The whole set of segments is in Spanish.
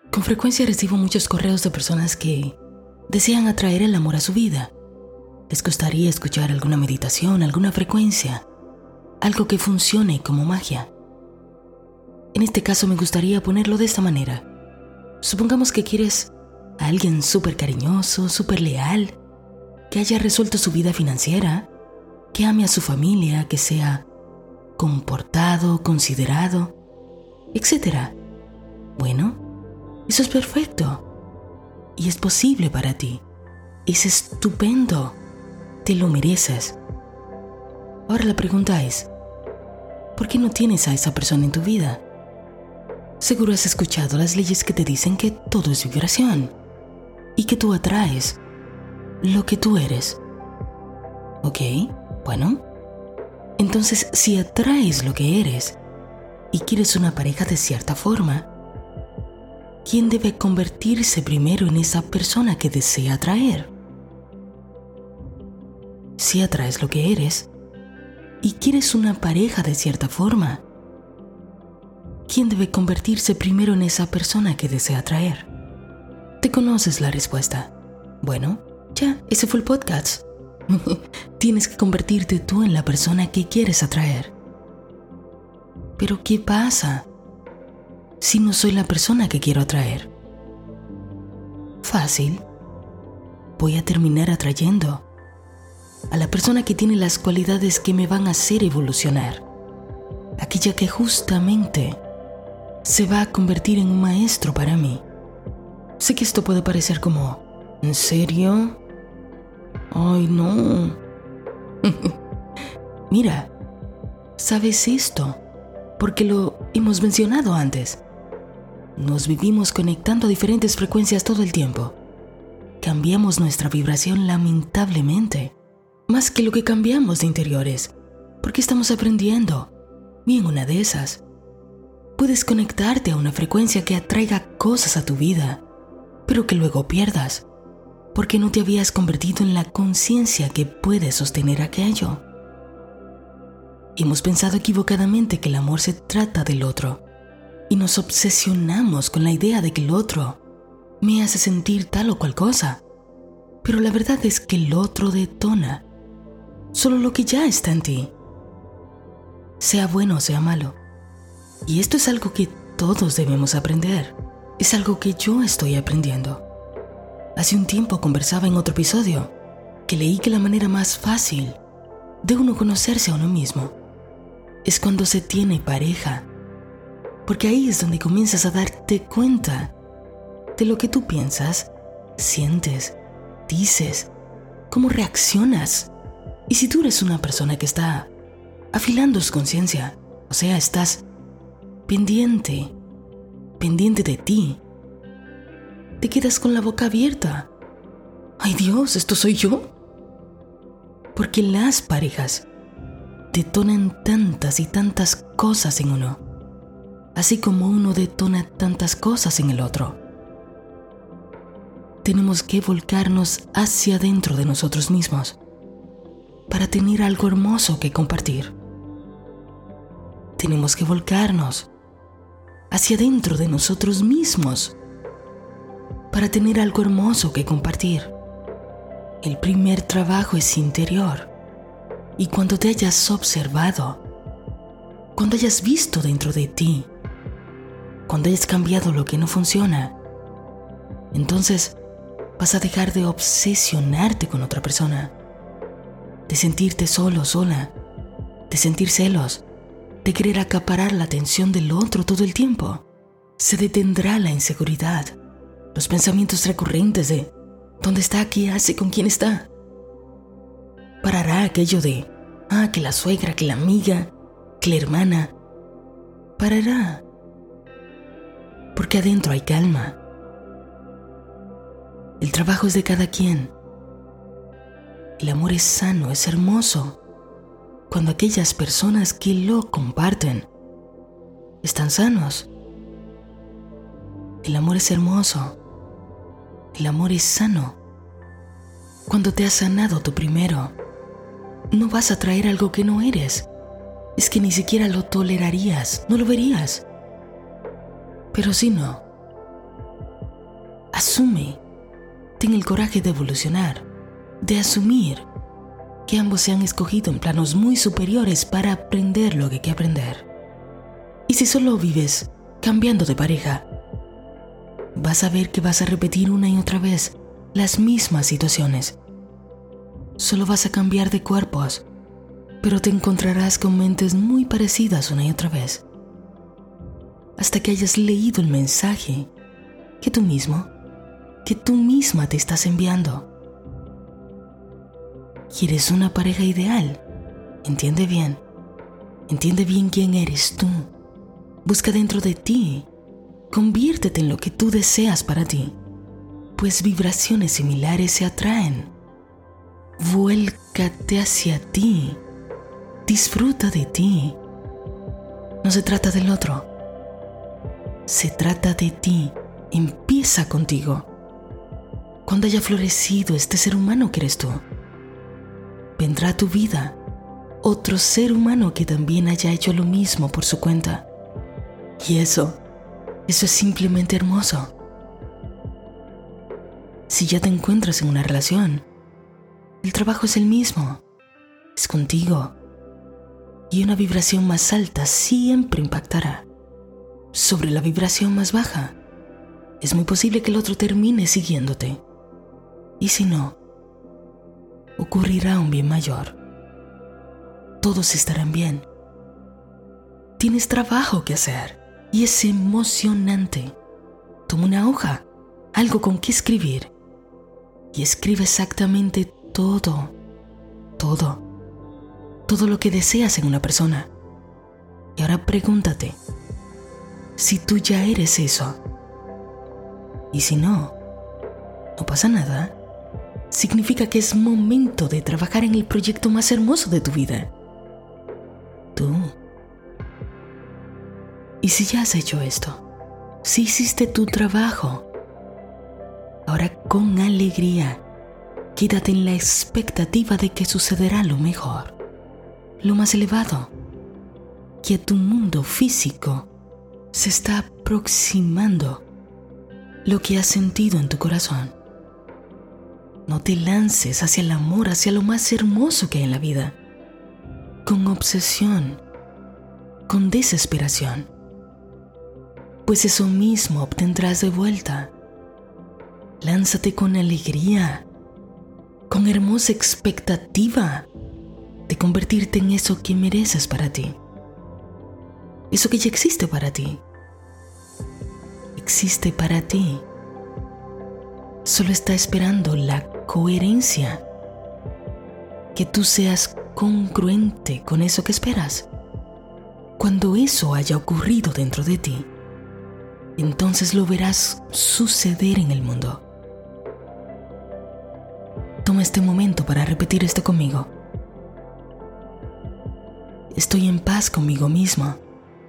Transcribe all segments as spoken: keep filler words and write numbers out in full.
Con frecuencia recibo muchos correos de personas que desean atraer el amor a su vida. Les gustaría escuchar alguna meditación, alguna frecuencia, algo que funcione como magia. En este caso me gustaría ponerlo de esta manera. Supongamos que quieres a alguien súper cariñoso, súper leal, que haya resuelto su vida financiera, que ame a su familia, que sea comportado, considerado, etcétera. Bueno, eso es perfecto y es posible para ti. Es estupendo. Te lo mereces. Ahora la pregunta es, ¿por qué no tienes a esa persona en tu vida? Seguro has escuchado las leyes que te dicen que todo es vibración y que tú atraes lo que tú eres. ¿Ok? Bueno, entonces si atraes lo que eres y quieres una pareja de cierta forma, ¿quién debe convertirse primero en esa persona que desea atraer? Si atraes lo que eres y quieres una pareja de cierta forma, ¿quién debe convertirse primero en esa persona que desea atraer? ¿Te conoces la respuesta? Bueno, ya, ese fue el podcast. Tienes que convertirte tú en la persona que quieres atraer. Pero ¿qué pasa si no soy la persona que quiero atraer? Fácil. Voy a terminar atrayendo a la persona que tiene las cualidades que me van a hacer evolucionar. Aquella que justamente se va a convertir en un maestro para mí. Sé que esto puede parecer como, ¿en serio? Ay, no. Mira, ¿sabes esto? Porque lo hemos mencionado antes. Nos vivimos conectando a diferentes frecuencias todo el tiempo. Cambiamos nuestra vibración lamentablemente, más que lo que cambiamos de interiores, porque estamos aprendiendo. Y en una de esas, puedes conectarte a una frecuencia que atraiga cosas a tu vida, pero que luego pierdas, porque no te habías convertido en la conciencia que puede sostener aquello. Hemos pensado equivocadamente que el amor se trata del otro, y nos obsesionamos con la idea de que el otro me hace sentir tal o cual cosa, pero la verdad es que el otro detona solo lo que ya está en ti, sea bueno o sea malo. Y esto es algo que todos debemos aprender. Es algo que yo estoy aprendiendo. Hace un tiempo conversaba en otro episodio que leí que la manera más fácil de uno conocerse a uno mismo es cuando se tiene pareja, porque ahí es donde comienzas a darte cuenta de lo que tú piensas, sientes, dices, cómo reaccionas. Y si tú eres una persona que está afilando su conciencia, o sea, estás pendiente, pendiente de ti, te quedas con la boca abierta. ¡Ay Dios, esto soy yo! Porque las parejas detonan tantas y tantas cosas en uno, así como uno detona tantas cosas en el otro. Tenemos que volcarnos hacia adentro de nosotros mismos para tener algo hermoso que compartir. Tenemos que volcarnos hacia adentro de nosotros mismos para tener algo hermoso que compartir. El primer trabajo es interior, y cuando te hayas observado, cuando hayas visto dentro de ti, cuando hayas cambiado lo que no funciona, entonces vas a dejar de obsesionarte con otra persona, de sentirte solo o sola, de sentir celos, de querer acaparar la atención del otro todo el tiempo. Se detendrá la inseguridad, los pensamientos recurrentes de ¿dónde está? ¿Qué hace? ¿Con quién está? Parará aquello de ah, que la suegra, que la amiga, que la hermana. Parará, porque adentro hay calma. El trabajo es de cada quien. El amor es sano, es hermoso, cuando aquellas personas que lo comparten están sanos. El amor es hermoso. El amor es sano. Cuando te has sanado tú primero, no vas a traer algo que no eres. Es que ni siquiera lo tolerarías, no lo verías. Pero si no, Asume, ten el coraje de evolucionar, de asumir que ambos se han escogido en planos muy superiores para aprender lo que hay que aprender. Y si solo vives cambiando de pareja, vas a ver que vas a repetir una y otra vez las mismas situaciones. Solo vas a cambiar de cuerpos, pero te encontrarás con mentes muy parecidas una y otra vez, hasta que hayas leído el mensaje que tú mismo, que tú misma te estás enviando. ¿Quieres una pareja ideal? Entiende bien, entiende bien quién eres tú. Busca dentro de ti, conviértete en lo que tú deseas para ti, pues vibraciones similares se atraen. Vuélcate hacia ti, disfruta de ti. No se trata del otro, se trata de ti. Empieza contigo. Cuando haya florecido este ser humano que eres tú, vendrá a tu vida otro ser humano que también haya hecho lo mismo por su cuenta. Y eso, eso es simplemente hermoso. Si ya te encuentras en una relación, el trabajo es el mismo, es contigo. Y una vibración más alta siempre impactará sobre la vibración más baja. Es muy posible que el otro termine siguiéndote. Y si no, ocurrirá un bien mayor. Todos estarán bien. Tienes trabajo que hacer y es emocionante. Toma una hoja, algo con que escribir, y escribe exactamente todo, todo, todo lo que deseas en una persona. Y ahora pregúntate si tú ya eres eso. Y si no, no pasa nada. Significa que es momento de trabajar en el proyecto más hermoso de tu vida. Tú. Y si ya has hecho esto, si hiciste tu trabajo, ahora con alegría, quédate en la expectativa de que sucederá lo mejor, lo más elevado, que a tu mundo físico se está aproximando lo que has sentido en tu corazón. No te lances hacia el amor, hacia lo más hermoso que hay en la vida, con obsesión, con desesperación, pues eso mismo obtendrás de vuelta. Lánzate con alegría, con hermosa expectativa de convertirte en eso que mereces para ti, eso que ya existe para ti. Existe para ti. Solo está esperando la coherencia, que tú seas congruente con eso que esperas. Cuando eso haya ocurrido dentro de ti, entonces lo verás suceder en el mundo. Toma este momento para repetir esto conmigo. Estoy en paz conmigo mismo.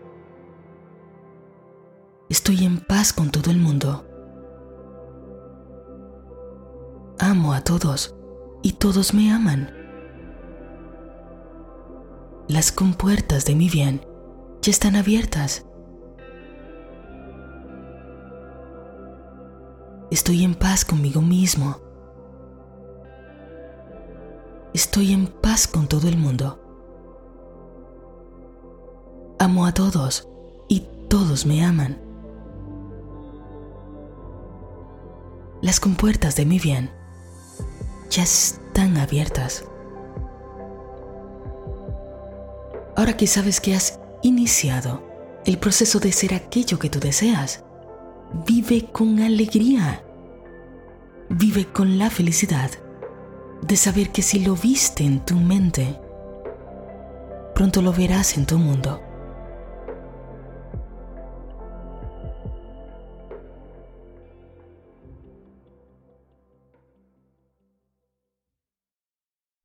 Estoy en paz con todo el mundo. Amo a todos y todos me aman. Las compuertas de mi bien ya están abiertas. Estoy en paz conmigo mismo. Estoy en paz con todo el mundo. Amo a todos y todos me aman. Las compuertas de mi bien ya están abiertas. Ahora que sabes que has iniciado el proceso de ser aquello que tú deseas, vive con alegría. Vive con la felicidad de saber que si lo viste en tu mente, pronto lo verás en tu mundo.